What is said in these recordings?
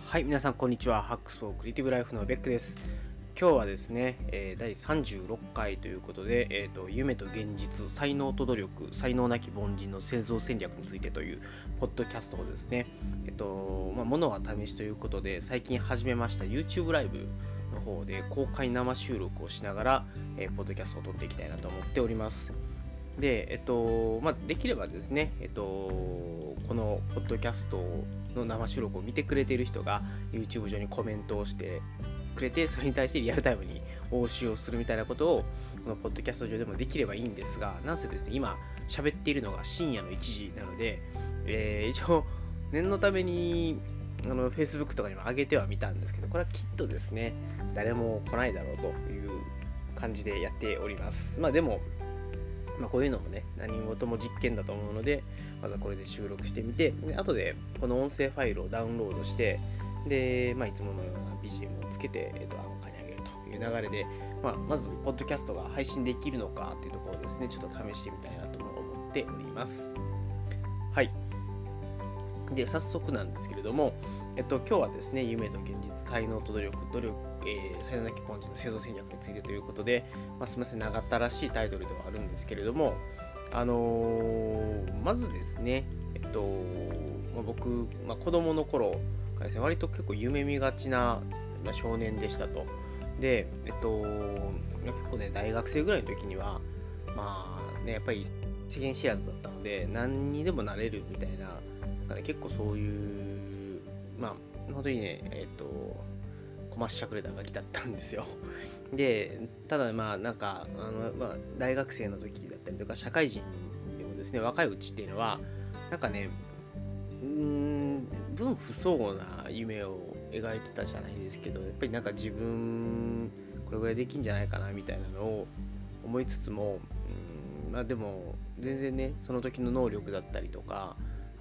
はい、皆さんこんにちは。ハックスフォークリエイティブライフのベックです。今日はですね、第36回ということで、夢と現実、才能と努力、才能なき凡人の製造戦略についてというポッドキャストをですね、ものは試しということで、最近始めました YouTube ライブの方で公開生収録をしながら、ポッドキャストを撮っていきたいなと思っております。で、できればですね、このポッドキャストの生収録を見てくれている人が YouTube 上にコメントをしてくれて、それに対してリアルタイムに応酬をするみたいなことをこのポッドキャスト上でもできればいいんですが、なんせですね、今喋っているのが深夜の1時なので、一応念のためにFacebook とかにも上げてはみたんですけど、これはきっとですね、誰も来ないだろうという感じでやっております。でもこういうのもね、何事も実験だと思うので、まずはこれで収録してみて、で後でこの音声ファイルをダウンロードして、で、いつものような BGM をつけて、アンカーに上げるという流れで、まず、ポッドキャストが配信できるのかっていうところをですね、ちょっと試してみたいなと思っております。はい。で、早速なんですけれども、今日はですね、夢と現実、才能と努力、才能なき凡人の製造戦略についてということで、すみません、長ったらしいタイトルではあるんですけれども、まずですね、僕、子供の頃からですね、割と結構夢見がちな、少年でしたと。で、結構ね、大学生ぐらいの時には、やっぱり世間知らずだったので、何にでもなれるみたいな、結構そういう、本当にね、こましゃくれたガキだったんですよ。で、ただ大学生の時だったりとか、社会人でもですね、若いうちっていうのは、分不相応な夢を描いてたじゃないですけど、やっぱり自分、これぐらいできんじゃないかなみたいなのを思いつつも、でも、全然ね、その時の能力だったりとか、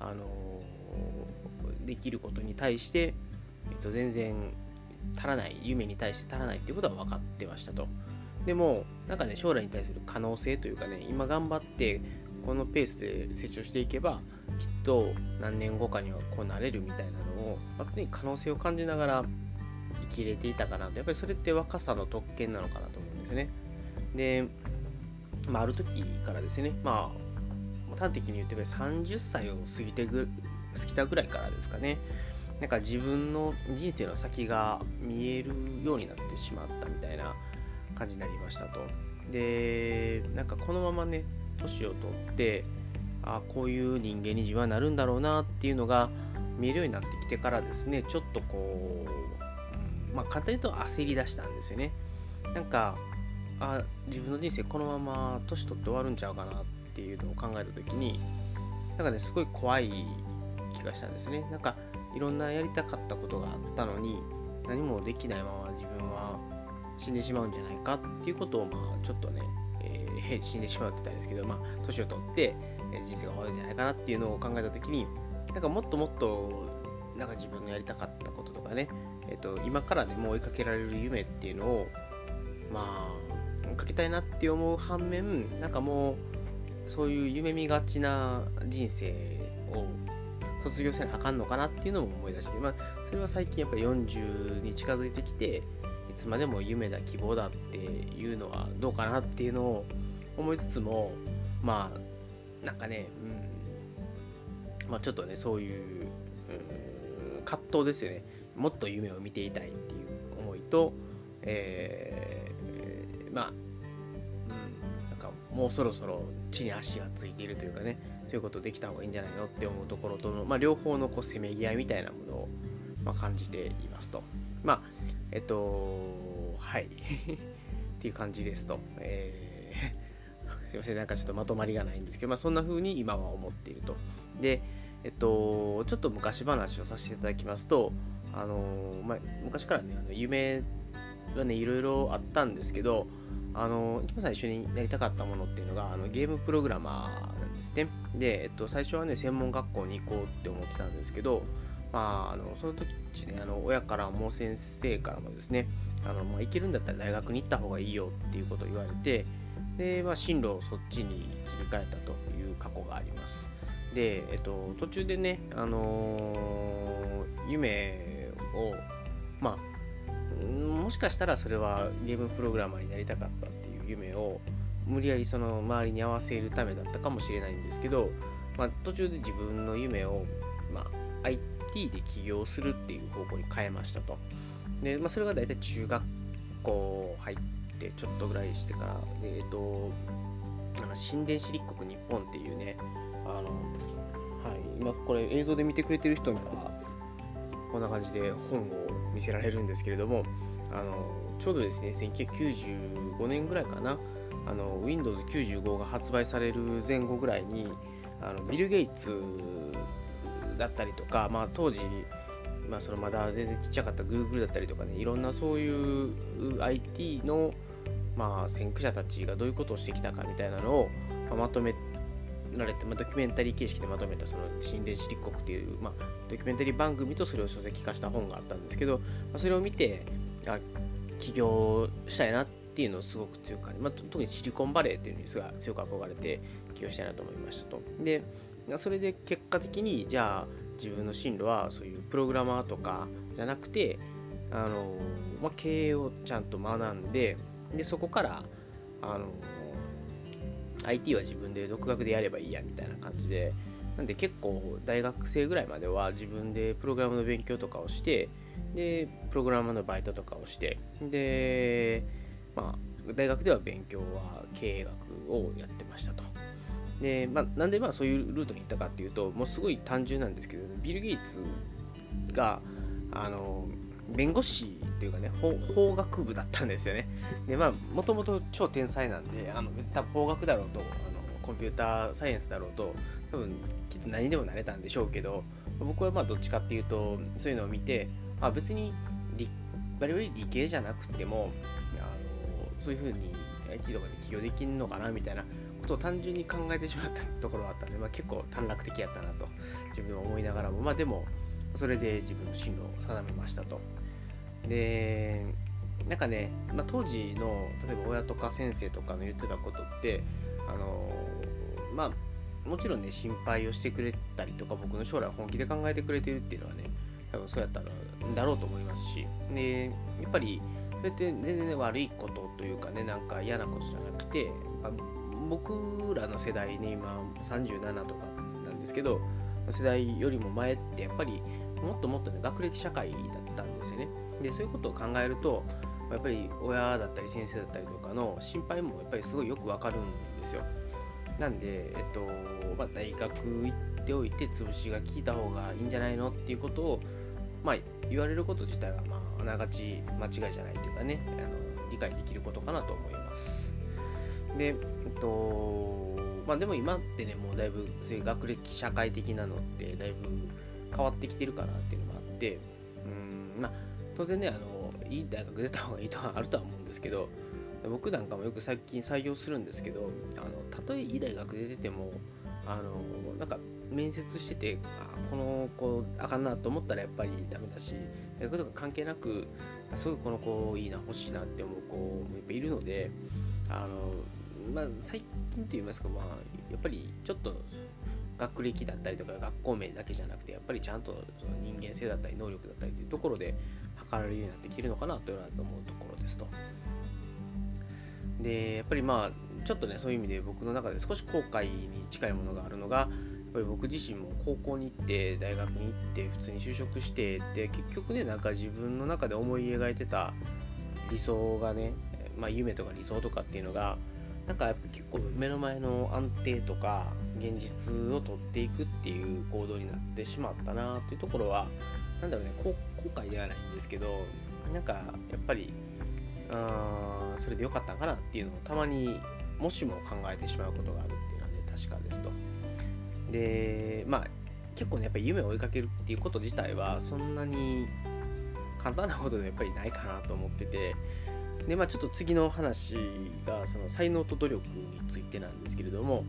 できることに対して、全然足らない、夢に対して足らないっていうことは分かってましたと。でも将来に対する可能性というかね、今頑張ってこのペースで成長していけばきっと何年後かにはこうなれるみたいなのを、常に可能性を感じながら生きれていたかなと。やっぱりそれって若さの特権なのかなと思うんですね。で、ある時からですね、端的に言って30歳を過ぎたぐらいからですかね、自分の人生の先が見えるようになってしまったみたいな感じになりましたと。で、このままね、年を取って、こういう人間に自分はなるんだろうなっていうのが見えるようになってきてからですね、ちょっとこう、簡単に言うと焦り出したんですよね。自分の人生このまま年取って終わるんちゃうかなっていうのを考えたときに、すごい怖い気がしたんですね。いろんなやりたかったことがあったのに、何もできないまま自分は死んでしまうんじゃないかっていうことを、ちょっとね、死んでしまうって言ったんですけど、年を取って、人生が終わるんじゃないかなっていうのを考えたときに、もっともっと、自分のやりたかったこととかね、今からでも追いかけられる夢っていうのを、追いかけたいなって思う反面、もう、そういう夢見がちな人生を卒業せなあかんのかなっていうのも思い出して、それは最近やっぱり40に近づいてきて、いつまでも夢だ希望だっていうのはどうかなっていうのを思いつつも、ちょっとね、そういう、葛藤ですよね。もっと夢を見ていたいっていう思いと、もうそろそろ地に足がついているというかね、そういうことできた方がいいんじゃないのって思うところとの、両方のせめぎ合いみたいなものを、感じていますと。はい。っていう感じですと。すいません、ちょっとまとまりがないんですけど、そんな風に今は思っていると。で、ちょっと昔話をさせていただきますと、昔からね、夢はね、いろいろあったんですけど、一番最初になりたかったものっていうのが、ゲームプログラマーなんですね。で、最初はね、専門学校に行こうって思ってたんですけど、その時ね、親からも先生からもですね、行けるんだったら大学に行った方がいいよっていうことを言われて、で、進路をそっちに切り替えたという過去があります。で、途中でね、夢ををまあもしかしたらそれはゲームプログラマーになりたかったっていう夢を無理やりその周りに合わせるためだったかもしれないんですけど、途中で自分の夢を、IT で起業するっていう方向に変えましたと。で、それが大体中学校入ってちょっとぐらいしてからで、新電子立国日本っていうね、今これ映像で見てくれてる人にはこんな感じで本を見せられるんですけれども、ちょうどですね1995年ぐらいかな、Windows 95が発売される前後ぐらいにビル・ゲイツだったりとか、当時、そのまだ全然ちっちゃかった Google だったりとかね、いろんなそういう IT の、先駆者たちがどういうことをしてきたかみたいなのを、まとめられて、ドキュメンタリー形式でまとめたその新電子立国っていう、ドキュメンタリー番組とそれを書籍化した本があったんですけど、それを見て起業したいなっていうのをすごく強く感じ、特にシリコンバレーっていうのにすごい強く憧れて起業したいなと思いましたと。でそれで結果的にじゃあ自分の進路はそういうプログラマーとかじゃなくて経営をちゃんと学んで、そこからIT は自分で独学でやればいいやみたいな感じで、なんで結構大学生ぐらいまでは自分でプログラムの勉強とかをして、でプログラマーのバイトとかをして、で大学では勉強は経営学をやってましたと。で、なんでそういうルートに行ったかっていうと、もうすごい単純なんですけど、ビル・ゲイツが弁護士っていうかね、法学部だったんですよね。で、もともと超天才なんで、別に多分法学だろうと、コンピューターサイエンスだろうと、多分きっと何でもなれたんでしょうけど、僕はどっちかっていうと、そういうのを見て、別に我々理系じゃなくても、そういう風に IT とかで起業できるのかなみたいなことを単純に考えてしまったところがあったんで、結構短絡的やったなと自分で思いながらも、でもそれで自分の進路を定めましたと。でなんかね、当時の例えば親とか先生とかの言ってたことってもちろんね心配をしてくれたりとか、僕の将来を本気で考えてくれてるっていうのはね、多分そうやったらだろうと思いますし、でやっぱりそれって全然悪いことというかね、なんか嫌なことじゃなくて、僕らの世代ね、今37とかなんですけど、世代よりも前ってやっぱりもっともっとね学歴社会だったんですよね。でそういうことを考えると、やっぱり親だったり先生だったりとかの心配もやっぱりすごいよくわかるんですよ。なんで大学行っておいて潰しが効いた方がいいんじゃないのっていうことを言われること自体はあながち間違いじゃないというかね、理解できることかなと思います。ででも今ってね、もうだいぶそういう学歴社会的なのってだいぶ変わってきてるかなっていうのもあって、当然ねいい大学出た方がいいとはあるとは思うんですけど、僕なんかもよく最近採用するんですけど、たとえいい大学で出てもなんか面接しててこの子あかんなと思ったらやっぱりダメだし、大学とか関係なくすごいこの子いいな欲しいなって思う子もやっぱいるので、最近といいますか、やっぱりちょっと学歴だったりとか学校名だけじゃなくて、やっぱりちゃんとその人間性だったり能力だったりというところで測られるようになってきているのかなというのは思うところですと。でやっぱりちょっとね、そういう意味で僕の中で少し後悔に近いものがあるのが、やっぱり僕自身も高校に行って大学に行って普通に就職してで、結局ね、なんか自分の中で思い描いてた理想がね、夢とか理想とかっていうのがなんかやっぱ結構目の前の安定とか現実を取っていくっていう行動になってしまったなっていうところは、なんだろうね、後悔ではないんですけど、なんかやっぱりそれで良かったんかなっていうのをたまにもしも考えてしまうことがあるっていうのはね、確かですと。で結構ね、やっぱり夢を追いかけるっていうこと自体はそんなに簡単なことでやっぱりないかなと思ってて、でちょっと次の話がその才能と努力についてなんですけれども、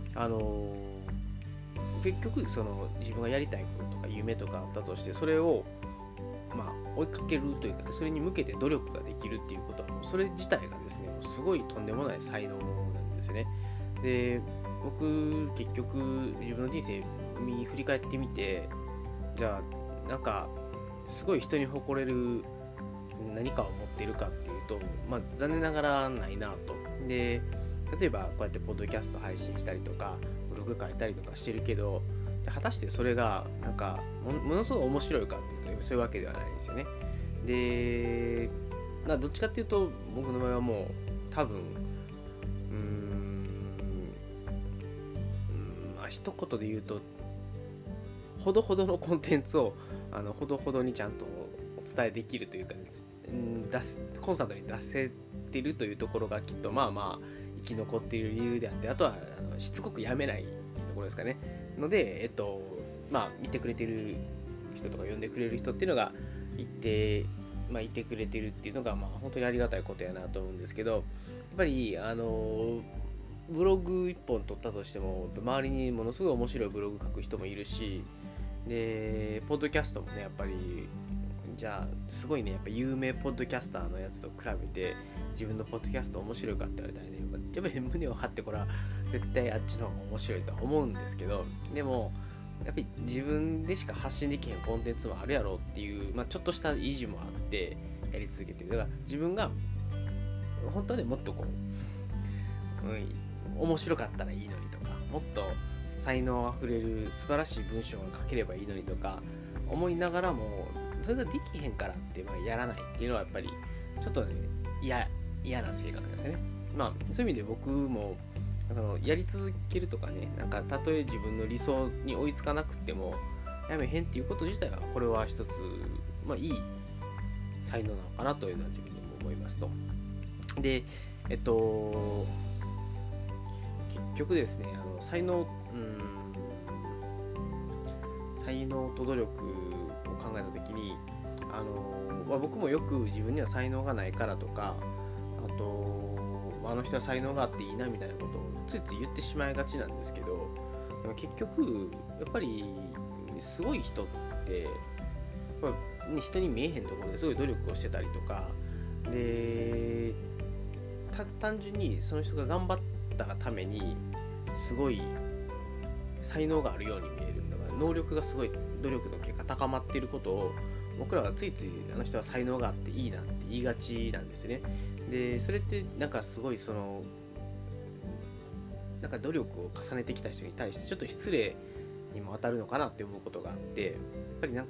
結局その自分がやりたいこととか夢とかあったとして、それを追いかけるというかね、それに向けて努力ができるっていうことはもうそれ自体がですね、もうすごいとんでもない才能なんですよね。で僕結局自分の人生振り返ってみて、じゃあなんかすごい人に誇れる何かを持っているかっていうと、残念ながらないなと。で、例えばこうやってポッドキャスト配信したりとかブログ書いたりとかしてるけど、果たしてそれがなんか ものすごい面白いかっていうとそういうわけではないんですよね。で、どっちかっていうと僕の場合はもう多分一言で言うとほどほどのコンテンツをほどほどにちゃんとお伝えできるというか、コンスタントに出せてるというところがきっと生き残っている理由であって、あとはしつこくやめないっていうところですかね。ので見てくれてる人とか呼んでくれる人っていうのがいて、いてくれてるっていうのが本当にありがたいことやなと思うんですけど、やっぱりブログ1本撮ったとしても周りにものすごい面白いブログ書く人もいるし、でポッドキャストもね、やっぱりじゃあすごいね、やっぱ有名ポッドキャスターのやつと比べて自分のポッドキャスト面白いかって言われたらね、やっぱり胸を張ってこれは絶対あっちの方が面白いとは思うんですけど、でもやっぱり自分でしか発信できへんコンテンツもあるやろうっていう、ちょっとした意地もあってやり続けてる。だから自分が本当はね、もっと面白かったらいいのにとか、もっと才能あふれる素晴らしい文章が書ければいいのにとか思いながらも、それができへんからってやらないっていうのはやっぱりちょっとね嫌な性格ですね。そういう意味で僕もやり続けるとかね、たとえ自分の理想に追いつかなくてもやめへんっていうこと自体は、これは一ついい才能なのかなというのは自分でも思いますと。で結局ですね、才能と努力を考えたときに、僕もよく自分には才能がないからとか、あとあの人は才能があっていいなみたいなことをついつい言ってしまいがちなんですけど、でも結局やっぱりすごい人って人に見えへんところですごい努力をしてたりとかで、単純にその人が頑張ったがためにすごい才能があるように見えるんだから、能力がすごい努力の結果高まっていることを僕らはついついあの人は才能があっていいなって言いがちなんですね。でそれってすごい努力を重ねてきた人に対してちょっと失礼にも当たるのかなって思うことがあって、やっぱりやっ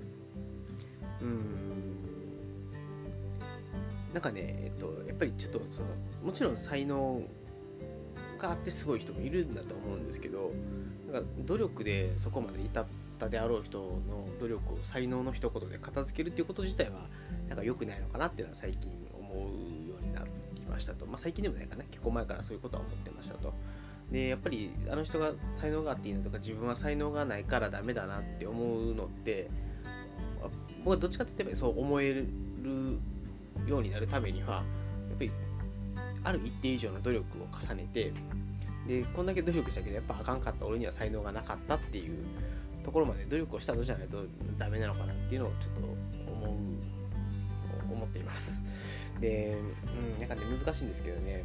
ぱりちょっともちろん才能があってすごい人もいるんだと思うんですけど、努力でそこまで至ったであろう人の努力を才能の一言で片付けるっていうこと自体は良くないのかなっていうのは最近思うようになりましたと。最近でもないかな、結構前からそういうことは思ってましたと。でやっぱりあの人が才能があっていいのとか、自分は才能がないからダメだなって思うのって、僕はどっちかって言えばそう思えるようになるためには、やっぱりある一定以上の努力を重ねて、でこんだけ努力したけどやっぱあかんかった、俺には才能がなかったっていうところまで努力をした後じゃないとダメなのかなっていうのをちょっと思っています。で、難しいんですけどね、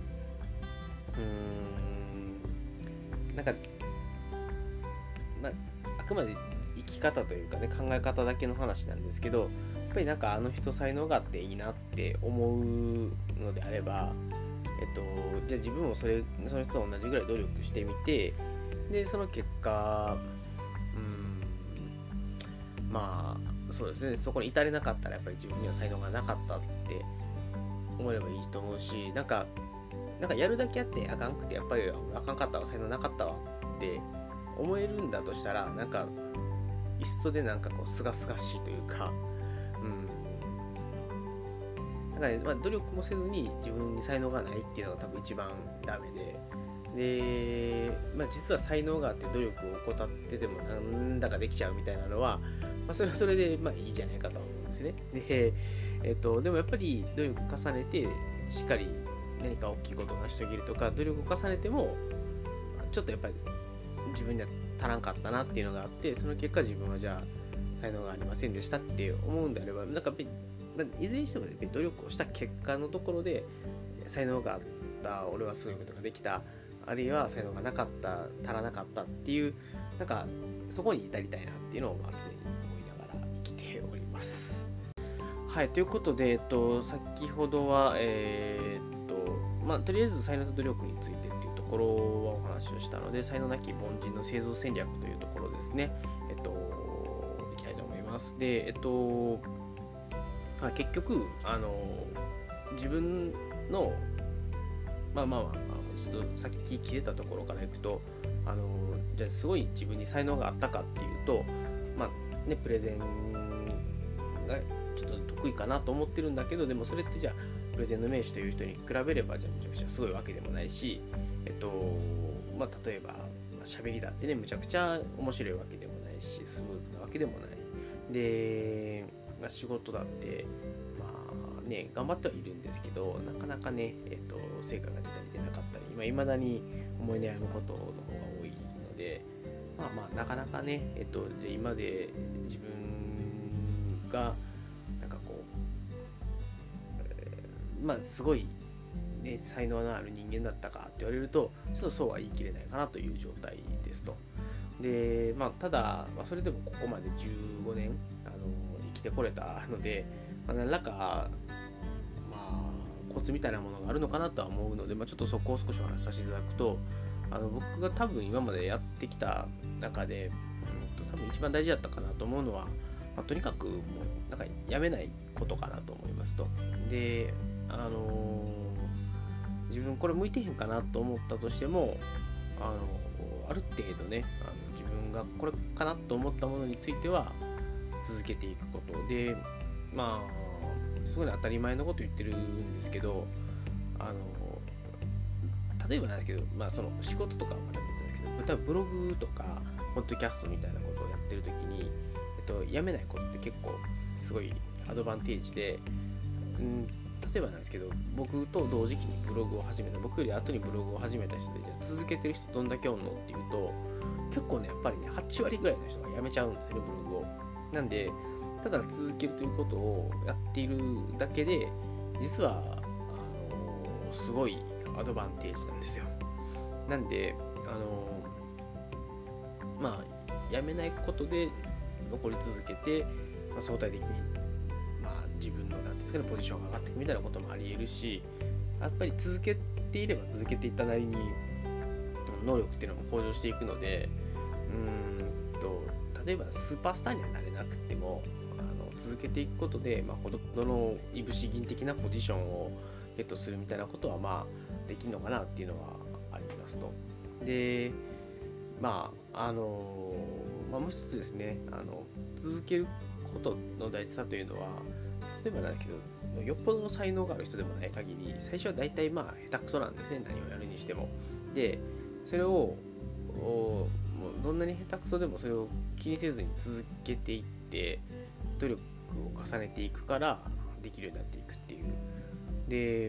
あくまで生き方というかね、考え方だけの話なんですけど、やっぱりあの人才能があっていいなって思うのであれば、じゃあ自分もその人と同じぐらい努力してみて、でその結果そうですね、そこに至れなかったらやっぱり自分には才能がなかったって思えればいいと思うし、やるだけやってあかんくてやっぱりあかんかったわ、才能なかったわって思えるんだとしたら、いっそですがすがしいというか、努力もせずに自分に才能がないっていうのが多分一番ダメで、実は才能があって努力を怠っててもなんだかできちゃうみたいなのは、それはそれでいいんじゃないかとは思うんですね。でもやっぱり努力を重ねてしっかり何か大きいことを成し遂げるとか、努力を重ねてもちょっとやっぱり自分には足らんかったなっていうのがあって、その結果自分はじゃあ才能がありませんでしたって思うんであれば、いずれにしても、努力をした結果のところで才能があった、俺はそういうことができた、あるいは才能がなかった、足らなかったっていうそこに至りたいなっていうのを常に思いながら生きております。 ます。はい、ということで、先ほどは、とりあえず才能と努力についてっていうところはお話をしたので、才能なき凡人の製造戦略というところですね、いきたいと思います。で、結局、自分の、ちょっとさっき切れたところからいくと、じゃあすごい自分に才能があったかっていうと、プレゼンがちょっと得意かなと思ってるんだけど、でもそれってじゃあプレゼンの名手という人に比べればじゃあめちゃくちゃすごいわけでもないし、例えば喋りだってねむちゃくちゃ面白いわけでもないし、スムーズなわけでもないで、仕事だって頑張ってはいるんですけど、なかなかね、成果が出たり出なかったり、未だに思い悩むことの方が多いので、なかなかね、じゃ今で自分がすごい、ね、才能のある人間だったかって言われると、ちょっとそうは言い切れないかなという状態ですと。で、ただ、それでもここまで15年生きてこれたので、何らか、コツみたいなものがあるのかなとは思うので、ちょっとそこを少しお話しさせていただくと、僕が多分今までやってきた中で、多分一番大事だったかなと思うのは、とにかくもうやめないことかなと思いますと。で、自分これ向いてへんかなと思ったとしても、ある程度ね、自分がこれかなと思ったものについては続けていくことで、すごい当たり前のこと言ってるんですけど、例えばなんですけど、その仕事とかはまた別なんですけど、例えばブログとかポッドキャストみたいなことをやってるときに、やめないことって結構すごいアドバンテージで、例えばなんですけど、僕と同時期にブログを始めた、僕より後にブログを始めた人で、じゃあ続けてる人どんだけおんのっていうと、結構ね、やっぱりね、8割ぐらいの人が辞めちゃうんですね、ブログを。なんで、ただ続けるということをやっているだけで、実は、すごいアドバンテージなんですよ。なんで、辞めないことで残り続けて、相対的に、自分のポジションが上がっていくみたいなこともあり得るし、やっぱり続けていれば続けていったなりに能力っていうのも向上していくので、例えばスーパースターにはなれなくても続けていくことで、ほどほどのいぶし銀的なポジションをゲットするみたいなことはできるのかなっていうのはありますと。で、もう一つですね、続けることの大事さというのは、例えばなんですけど、よっぽどの才能がある人でもない限り、最初は大体下手くそなんですね、何をやるにしても。で、それをもうどんなに下手くそでもそれを気にせずに続けていって、努力を重ねていくからできるようになっていくっていう。で、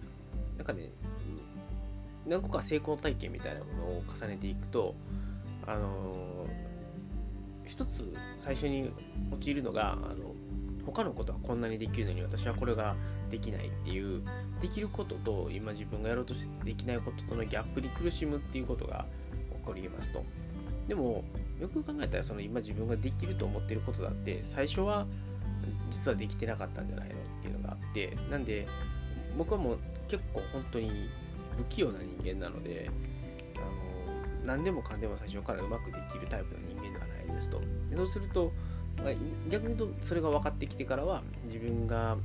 何個か成功体験みたいなものを重ねていくと、一つ最初に陥るのが、他のことはこんなにできるのに私はこれができないっていう、できることと今自分がやろうとしてできないこととのギャップに苦しむっていうことが起こりますと。でもよく考えたら、その今自分ができると思っていることだって最初は実はできてなかったんじゃないのっていうのがあって、なんで僕はもう結構本当に不器用な人間なので、何でもかんでも最初からうまくできるタイプの人間ではないですと。でそうすると、逆に言うとそれが分かってきてからは自分が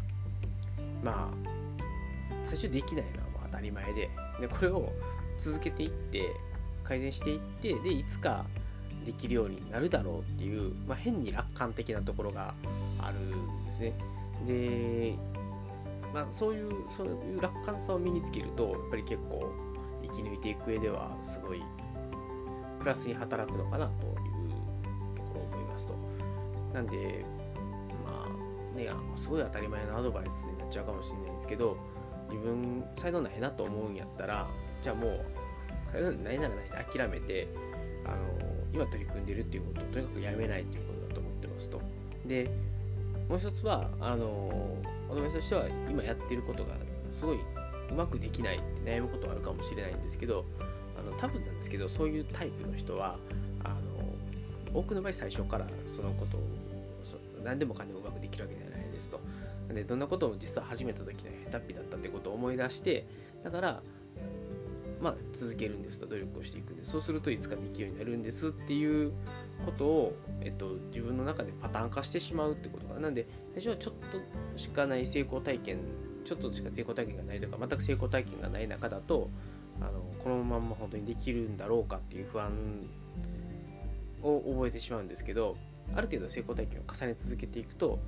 最初できないのは当たり前で、これを続けていって改善していって、でいつかできるようになるだろうっていう、変に楽観的なところがあるんですね。で、そういう楽観さを身につけると、やっぱり結構生き抜いていく上ではすごいプラスに働くのかなというところを思いますと。なんで、すごい当たり前のアドバイスになっちゃうかもしれないんですけど、自分才能ないなと思うんやったら、じゃあもう才能ないならないで諦めて、今取り組んでるっていうことをとにかくやめないっていうことだと思ってますと。で、もう一つはアドバイスとしては、今やってることがすごいうまくできないって悩むことはあるかもしれないんですけど、多分なんですけど、そういうタイプの人は多くの場合最初からそのことを何でもかんでもうまくできるわけではないですと。でどんなことも実は始めた時の下手っぴだったってことを思い出して、だから続けるんですと、努力をしていくんです。そうするといつかできるようになるんですっていうことを、自分の中でパターン化してしまうってことかな。なんで最初はちょっとしかない成功体験、ちょっとしか成功体験がないというか、全く成功体験がない中だと、このまま本当にできるんだろうかっていう不安を覚えてしまうんですけど、ある程度成功体験を重ね続けていくと、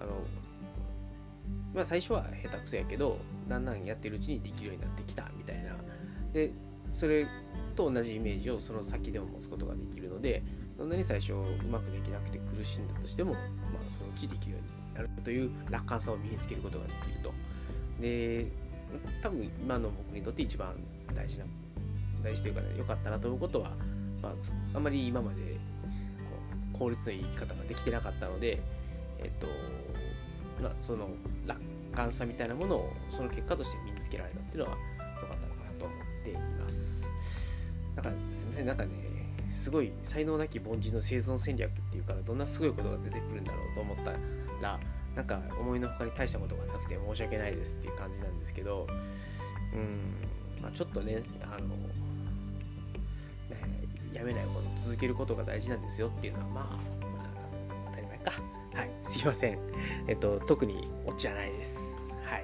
最初は下手くそやけど、だんだんやってるうちにできるようになってきたみたいな。で、それと同じイメージをその先でも持つことができるので、どんなに最初うまくできなくて苦しんだとしても、そのうちできるようになるという楽観さを身につけることができると。で、多分今の僕にとって一番大事というかね、良かったなと思うことは、あまり今まで効率のいい生き方ができてなかったので、その楽観さみたいなものをその結果として身につけられたっていうのは良かったのかなと思っています。すみません、すごい才能なき凡人の生存戦略っていうから、どんなすごいことが出てくるんだろうと思ったら、思いのほかに大したことがなくて申し訳ないですっていう感じなんですけど、ちょっとね、やめないこと、続けることが大事なんですよっていうのは、当たり前か。はい、すいません。特にオチはないです。はい。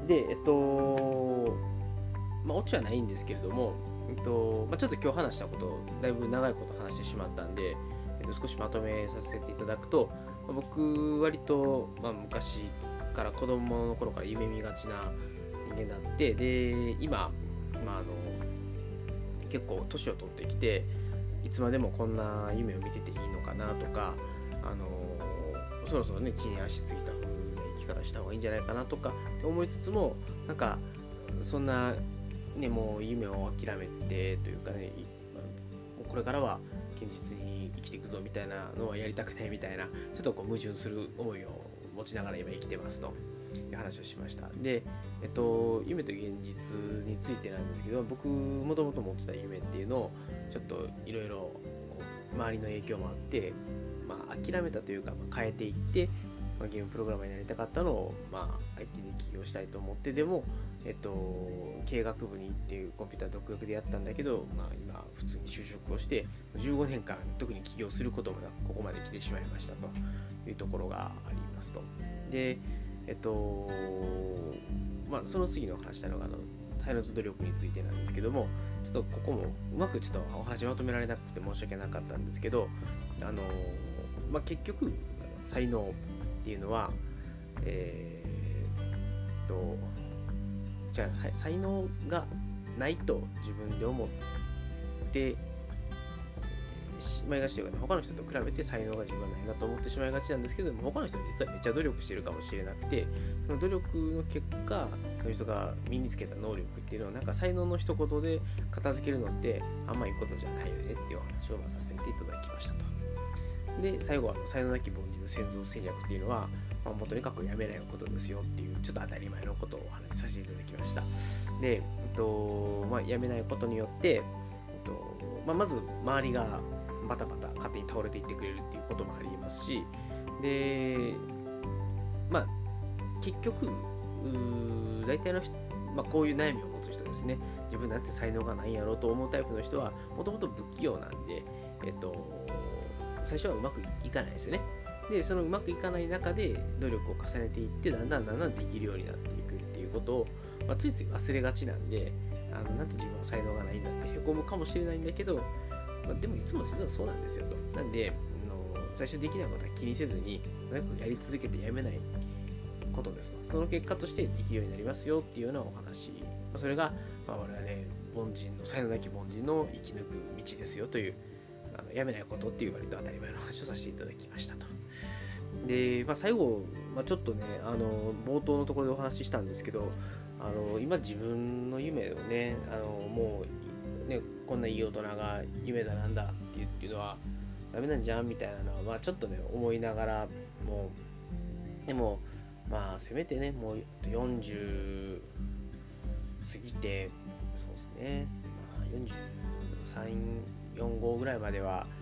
で、オチはないんですけれども、ちょっと今日話したこと、だいぶ長いこと話してしまったんで、少しまとめさせていただくと、僕、割と、昔から子供の頃から夢見がちな人間になって、で、今、結構年を取ってきて、いつまでもこんな夢を見てていいのかなとか、そろそろね、地に足ついた風な生き方した方がいいんじゃないかなとかって思いつつも、そんなね、もう夢を諦めてというかね、これからは現実に生きていくぞみたいなのはやりたくないみたいな、ちょっと矛盾する思いを持ちながら今生きてますという話をしました。で、夢と現実についてなんですけど、僕もともと持ってた夢っていうのをちょっといろいろ周りの影響もあって、諦めたというか、変えていって、ゲームプログラマーになりたかったのを、IT で起業したいと思って、でも、経営学部に行ってコンピューター独学でやったんだけど、今普通に就職をして15年間特に起業することもなくここまで来てしまいましたというところがありますと。で、その次の話したのが才能と努力についてなんですけども、ちょっとここもうまくちょっとお話まとめられなくて申し訳なかったんですけど、結局才能っていうのは才能がないと自分で思ってしまいがちというかね、他の人と比べて才能が自分はないなと思ってしまいがちなんですけども、他の人は実はめっちゃ努力してるかもしれなくて、その努力の結果、その人が身につけた能力っていうのを才能の一言で片付けるのってあんまいいことじゃないよねっていうお話をさせていただきましたと。で、最後は才能なき凡人の戦争戦略っていうのは、もうとにかくやめないことですよっていうちょっと当たり前のことをお話しさせていただきました。で、やめないことによって、まず周りがバタバタ勝手に倒れていってくれるっていうこともありますし、で、結局大体の人、こういう悩みを持つ人ですね、自分なんて才能がないんやろうと思うタイプの人はもともと不器用なんで、最初はうまくいかないですよね。で、そのうまくいかない中で努力を重ねていって、だんだんできるようになっていくっていうことを、ついつい忘れがちなんで、なんて自分は才能がないんだってへこむかもしれないんだけど、でもいつも実はそうなんですよと。なんで、最初できないことは気にせずに、とにかくやり続けてやめないことですと。その結果としてできるようになりますよっていうようなお話。それが、我々才能なき凡人の生き抜く道ですよという、やめないことっていう割と当たり前の話をさせていただきましたと。で、最後、ちょっとね、冒頭のところでお話ししたんですけど、今自分の夢をね、もうね、こんないい大人が夢だなんだっていうのはダメなんじゃんみたいなのは、ちょっとね思いながら、でもせめてね、もう40過ぎて、そうですね、43、45ぐらいまでは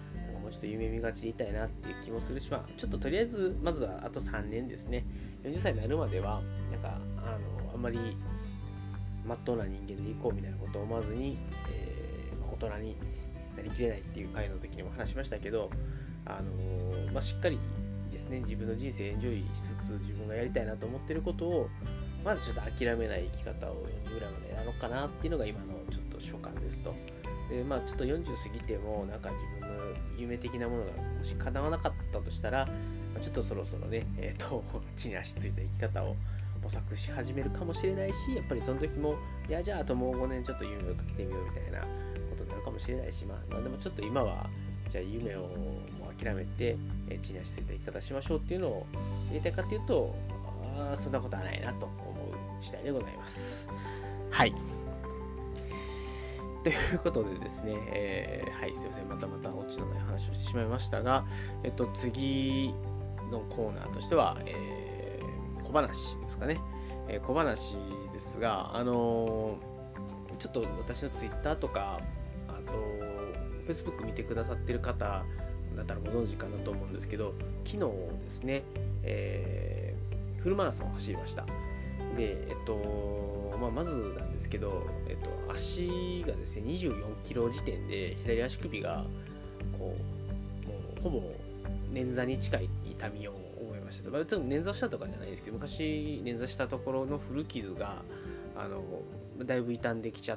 もうちょっと夢見がちでいたいなっていう気もするし、ちょっととりあえずまずはあと3年ですね、40歳になるまではなんかあんまりまっとうな人間でいこうみたいなことを思わずに、大人になりきれないっていう回の時にも話しましたけど、しっかりですね、自分の人生エンジョイしつつ自分がやりたいなと思ってることをまずちょっと諦めない生き方を40ぐらいまでやろうかなっていうのが今のちょっと所感ですと。でちょっと40過ぎてもなんか自分の夢的なものがもし叶わなかったとしたら、ちょっとそろそろね、地に足ついた生き方を模索し始めるかもしれないし、やっぱりその時もじゃああともう5年ちょっと夢をかけてみようみたいなことになるかもしれないし、でもちょっと今はじゃあ夢をもう諦めて地に足ついた生き方しましょうっていうのをやりたいかっていうと、そんなことはないなと思う次第でございます。はい。ということでですね、はい、すいません、またオチのない話をしてしまいましたが、次のコーナーとしては、小話ですかね。小話ですが、ちょっと私のツイッターとか、あと、Facebook 見てくださってる方だったらご存知かなと思うんですけど、昨日ですね、フルマラソンを走りました。で、まずなんですけど、足がですね、24キロ時点で左足首がこう、もうほぼ捻挫に近い痛みを覚えましたと。多分捻挫したとかじゃないですけど、昔捻挫したところの古傷がだいぶ傷んできちゃって、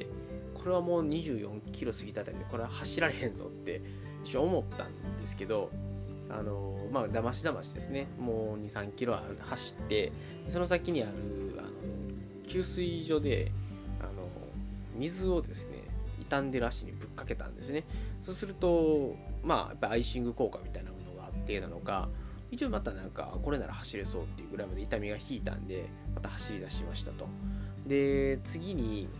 これはもう24キロ過ぎたあたりでこれは走られへんぞって一応思ったんですけど、だましですね、もう 2,3 キロ走って、その先にある給水所で水をですね、傷んでる足にぶっかけたんですね。そうするとやっぱりアイシング効果みたいなものがあってなのか、一応またなんかこれなら走れそうっていうぐらいまで痛みが引いたんで、また走り出しましたと。で次に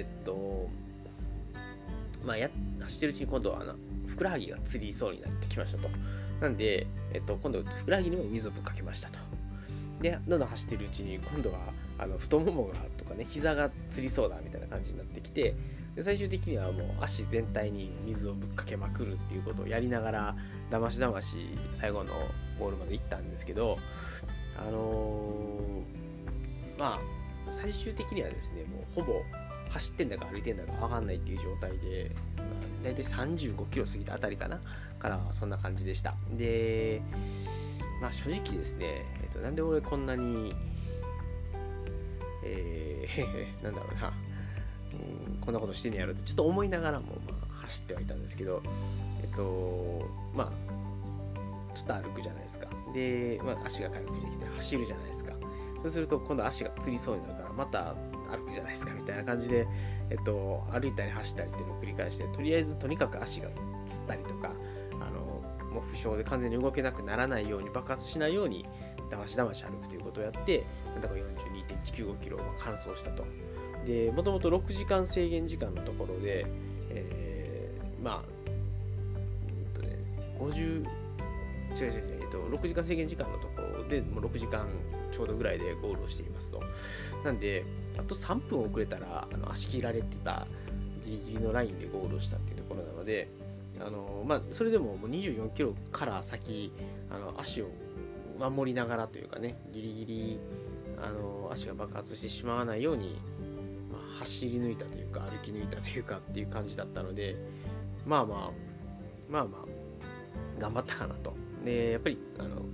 走ってるうちに今度はふくらはぎがつりそうになってきましたと。なんで、今度ふくらはぎにも水をぶっかけましたと。でどんどん走ってるうちに今度は太ももがとかね、膝がつりそうだみたいな感じになってきて、で最終的にはもう足全体に水をぶっかけまくるっていうことをやりながらだまし最後のゴールまで行ったんですけど、最終的にはですね、もうほぼ走ってんだか歩いてんだか分かんないっていう状態で、だいたい35キロ過ぎたあたりかなからそんな感じでした。で正直ですね、なんで俺こんなになんだろうな、こんなことしてんねやろとちょっと思いながらも走ってはいたんですけど、ちょっと歩くじゃないですか。で、足が回復してきて走るじゃないですか。そうすると今度足がつりそうになるからまた歩くじゃないですかみたいな感じで、歩いたり走ったりっていうのを繰り返して、とにかく足がつったりとか、もう負傷で完全に動けなくならないように、爆発しないようにだまし歩くということをやって、だから 42.195 キロを完走したと。で、もともと6時間制限時間のところで、6時間制限時間のところでもう6時間ちょうどぐらいでゴールをしていますと。なんで、あと3分遅れたら足切られてたギリギリのラインでゴールをしたっていうところなので、それでも24キロから先足を守りながらというかね、ギリギリ足が爆発してしまわないように、走り抜いたというか歩き抜いたというかっていう感じだったので、頑張ったかなと。でやっぱり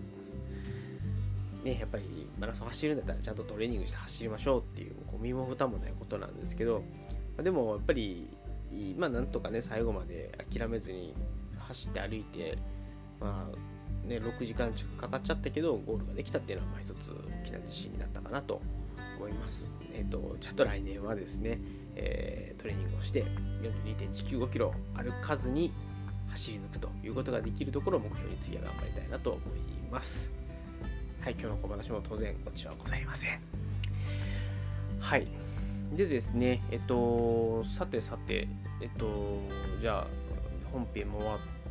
やっぱりマラソン走るんだったらちゃんとトレーニングして走りましょうっていう、身も蓋もないことなんですけど、でもやっぱりなんとかね、最後まで諦めずに走って歩いて、6時間近くかかっちゃったけどゴールができたっていうのは一つ大きな自信になったかなと思います。ちゃんと来年はですね、トレーニングをして 42.195 キロ歩かずに走り抜くということができるところを目標に次は頑張りたいなと思います。はい、今日の小話も当然オチはございません。はい。でですね、さて、じゃあ本編も終わって、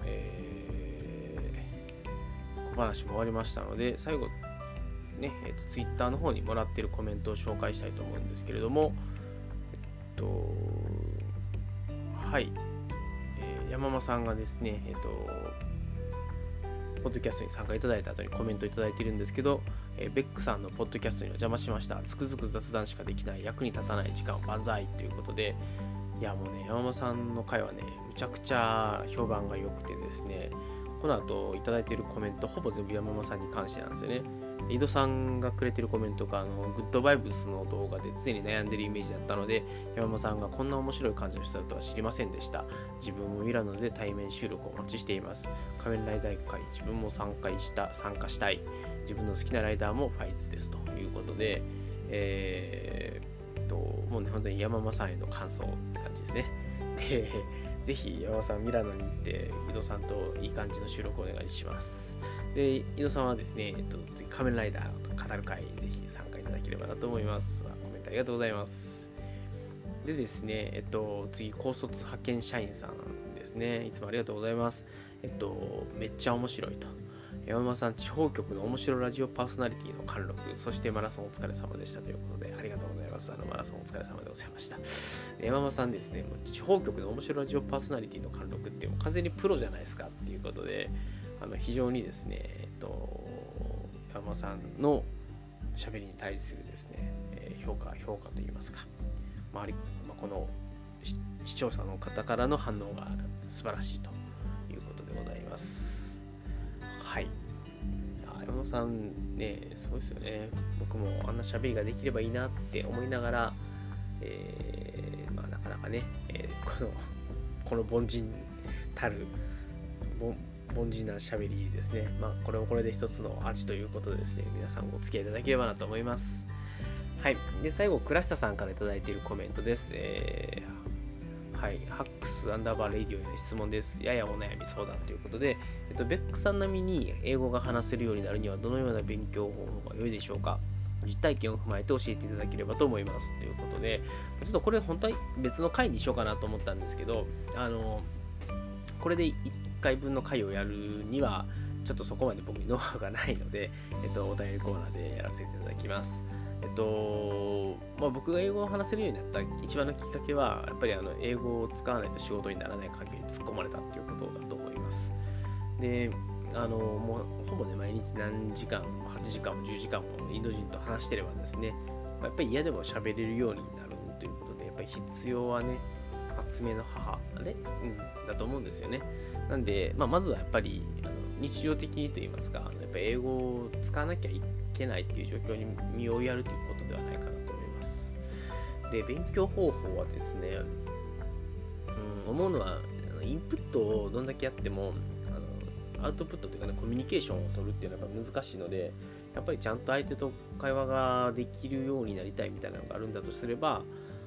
小話も終わりましたので、最後ね、Twitter の方にもらっているコメントを紹介したいと思うんですけれども、はい、 山間さんがですね、ポッドキャストに参加いただいた後にコメントいただいているんですけど、ベックさんのポッドキャストにお邪魔しました。つくづく雑談しかできない役に立たない時間を万歳ということで、いやもうね、山間さんの回はね、むちゃくちゃ評判が良くてですね、この後いただいているコメント、ほぼ全部山間さんに関してなんですよね。井戸さんがくれてるコメントがグッドバイブスの動画で常に悩んでるイメージだったので、山間さんがこんな面白い感じの人だとは知りませんでした。自分もミラノで対面収録をお待ちしています。仮面ライダー会、自分も参加したい。自分の好きなライダーもファイズですということで、もうね、本当に山間さんへの感想って感じですね。でぜひ山間さんミラノに行って井戸さんといい感じの収録をお願いします。で、井戸さんはですね、次仮面ライダーを語る会、ぜひ参加いただければなと思います。コメントありがとうございます。でですね、次、高卒派遣社員さんですね。いつもありがとうございます。めっちゃ面白いと。山間さん、地方局の面白ラジオパーソナリティの貫禄、そしてマラソンお疲れ様でしたということで、ありがとうございます。マラソンお疲れ様でございました。山間さんですね、もう地方局の面白ラジオパーソナリティの貫禄ってもう完全にプロじゃないですかっていうことで、非常にですね、山間さんの喋りに対するですね、評価といいますか、この視聴者の方からの反応が素晴らしいということでございます。はい。山本さんね、そうですよね。僕もあんな喋りができればいいなって思いながら、なかなかね、この凡人たる凡人な喋りですね。これもこれで一つの味ということでですね、皆さんお付き合いいただければなと思います。はい。で、最後、倉下さんからいただいているコメントです。はい。ハックスアンダーバーレディオへの質問です。ややお悩み相談ということで、ベックさん並みに英語が話せるようになるにはどのような勉強方法が良いでしょうか。実体験を踏まえて教えていただければと思います。ということで、ちょっとこれ本当は別の回にしようかなと思ったんですけど、これで1回分の回をやるには、ちょっとそこまで僕にノウハウがないので、お便りコーナーでやらせていただきます。僕が英語を話せるようになった一番のきっかけは、やっぱり英語を使わないと仕事にならない環境に突っ込まれたっていうことだと思います。で、もうほぼね、毎日何時間も8時間も10時間もインド人と話してればですね、やっぱり嫌でも喋れるようになるということで、やっぱり必要はね、発明の母だと思うんですよね。なんで、まずはやっぱり日常的にと言いますか、やっぱり英語を使わなきゃいけないっていう状況に身をやるということではないかなと思います。で、勉強方法はですね、思うのは、インプットをどんだけやっても、アウトプットというかね、コミュニケーションを取るっていうのが難しいので、やっぱりちゃんと相手と会話ができるようになりたいみたいなのがあるんだとすれば、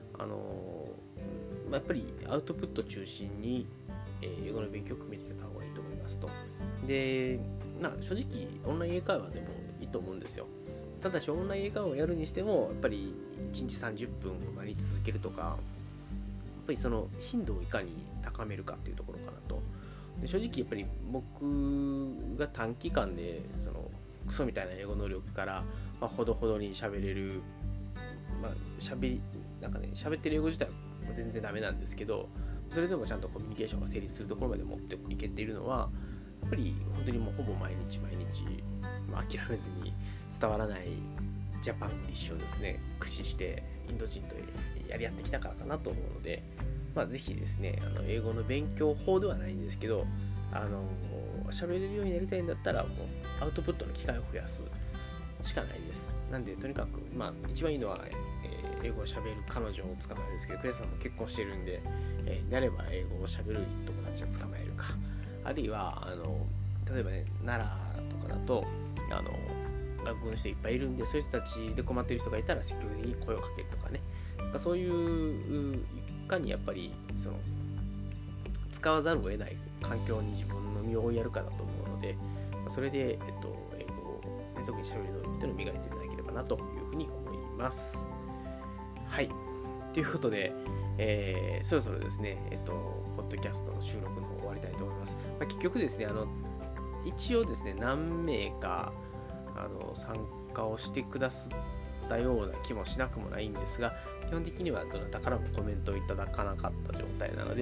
やっぱりアウトプット中心に英語の勉強を組み立てた方がいいと思いますと。で、正直オンライン英会話でもいいと思うんですよ。ただしオンライン英会話をやるにしても、やっぱり1日30分毎日続けるとか、やっぱりその頻度をいかに高めるかっていうところかなと。で、正直やっぱり僕が短期間でそのクソみたいな英語能力から、ほどほどに喋れる、喋ってる英語自体は全然ダメなんですけど、それでもちゃんとコミュニケーションが成立するところまで持っていけているのは、やっぱり本当にもうほぼ毎日、諦めずに伝わらないジャパングリッシュをですね、駆使してインド人とやり合ってきたからかなと思うので、ぜひですね、英語の勉強法ではないんですけど、喋れるようになりたいんだったら、もうアウトプットの機会を増やすしかないです。なんで、とにかく、一番いいのは、英語を喋る彼女を捕まえるんですけど、クレアさんも結婚してるんで、であれば英語を喋る友達を捕まえるか、あるいは例えばね、奈良とかだと学校の人いっぱいいるんで、そういう人たちで困っている人がいたら積極的に声をかけるとかね、そういういかにやっぱりその使わざるを得ない環境に自分の身を追いやるかだと思うので、それで、英語を、特に喋る能力というのを磨いていただければなというふうに思います。はい。ということで、そろそろですね、ポッドキャストの収録の方終わりたいと思います。結局ですね、一応ですね、何名か参加をしてくださったような気もしなくもないんですが、基本的にはどなたからもコメントをいただかなかった状態なので、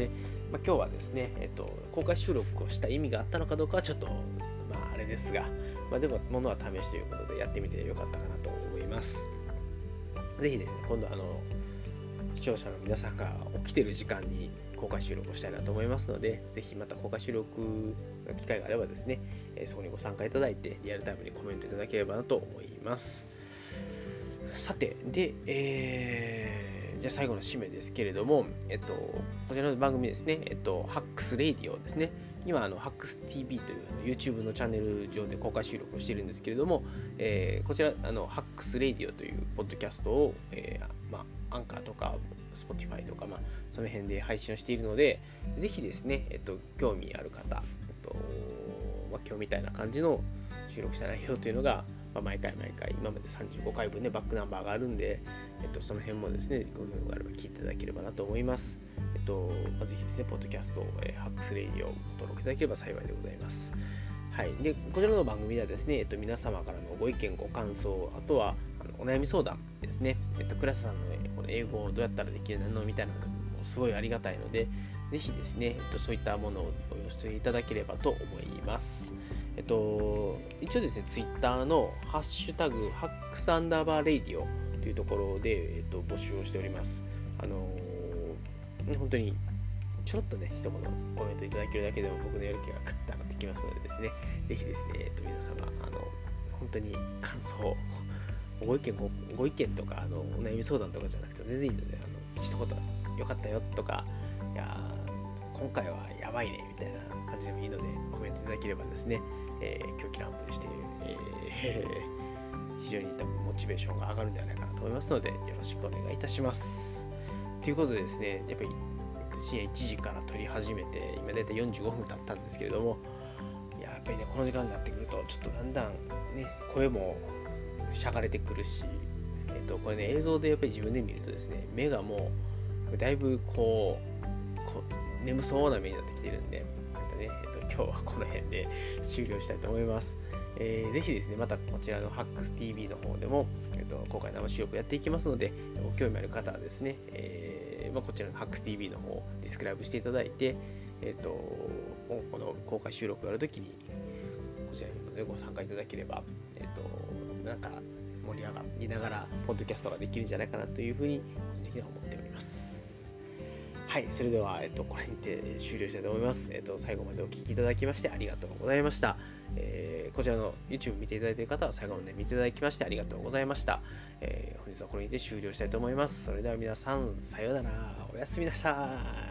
今日はですね、公開収録をした意味があったのかどうかはちょっと、あれですが、でも、ものは試しということでやってみてよかったかなと思います。ぜひですね、今度視聴者の皆さんが起きてる時間に公開収録をしたいなと思いますので、ぜひまた公開収録の機会があればですね、そこにご参加いただいて、リアルタイムにコメントいただければなと思います。さて、で、じゃあ最後の締めですけれども、こちらの番組ですね、ハックスレイディオですね、今、ハックス TV というYouTube のチャンネル上で公開収録をしているんですけれども、こちら、ハックスレイディオというポッドキャストを、アンカーとか Spotify とか、その辺で配信をしているので、ぜひですね、興味ある方、今日みたいな感じの収録した内容というのが、毎回今まで35回分ねバックナンバーがあるんで、その辺もですねご興味があれば聞いていただければなと思います。ぜひですねポッドキャスト、ハックスレイディを登録いただければ幸いでございます。はい。でこちらの番組ではですね、皆様からのご意見ご感想、あとはお悩み相談ですね、クラスさんのこの英語をどうやったらできるのみたいなのもすごいありがたいので、ぜひですね、そういったものをお寄せいただければと思います。一応ですね、ツイッターのハッシュタグハックスアンダーバーレイディオというところで、募集をしております。本当にちょろっとね、一言コメントいただけるだけでも僕のやる気がグッと上がってきますのでですね、ぜひですね、皆様、本当に感想、ご意見とか、お悩み相談とかじゃなくて全然いいので、一言よかったよとか、いや今回はやばいねみたいな感じでもいいのでコメントいただければですね、狂気乱舞して、非常に多分モチベーションが上がるんではないかなと思いますので、よろしくお願いいたします。ということでですね、やっぱり深夜1時から撮り始めて今だいたい45分経ったんですけれども、やっぱりねこの時間になってくるとちょっとだんだんね声もしゃがれてくるし、これね映像でやっぱり自分で見るとですね、目がもうだいぶこう眠そうな目になってきてるんで、今日はこの辺で終了したいと思います。ぜひですね、またこちらのハックス TV の方でも、公開生収録やっていきますので、ご興味ある方はですね、こちらのハックス TV の方をディスクライブしていただいて、この公開収録があるときにこちらにも、ね、ご参加いただければ、なんか盛り上がりながらポッドキャストができるんじゃないかなというふうに個人的には思っております。はい、それでは、これにて終了したいと思います。最後までお聞きいただきましてありがとうございました。こちらの YouTube 見ていただいている方は最後まで見ていただきましてありがとうございました。本日はこれにて終了したいと思います。それでは皆さん、さようなら。おやすみなさい。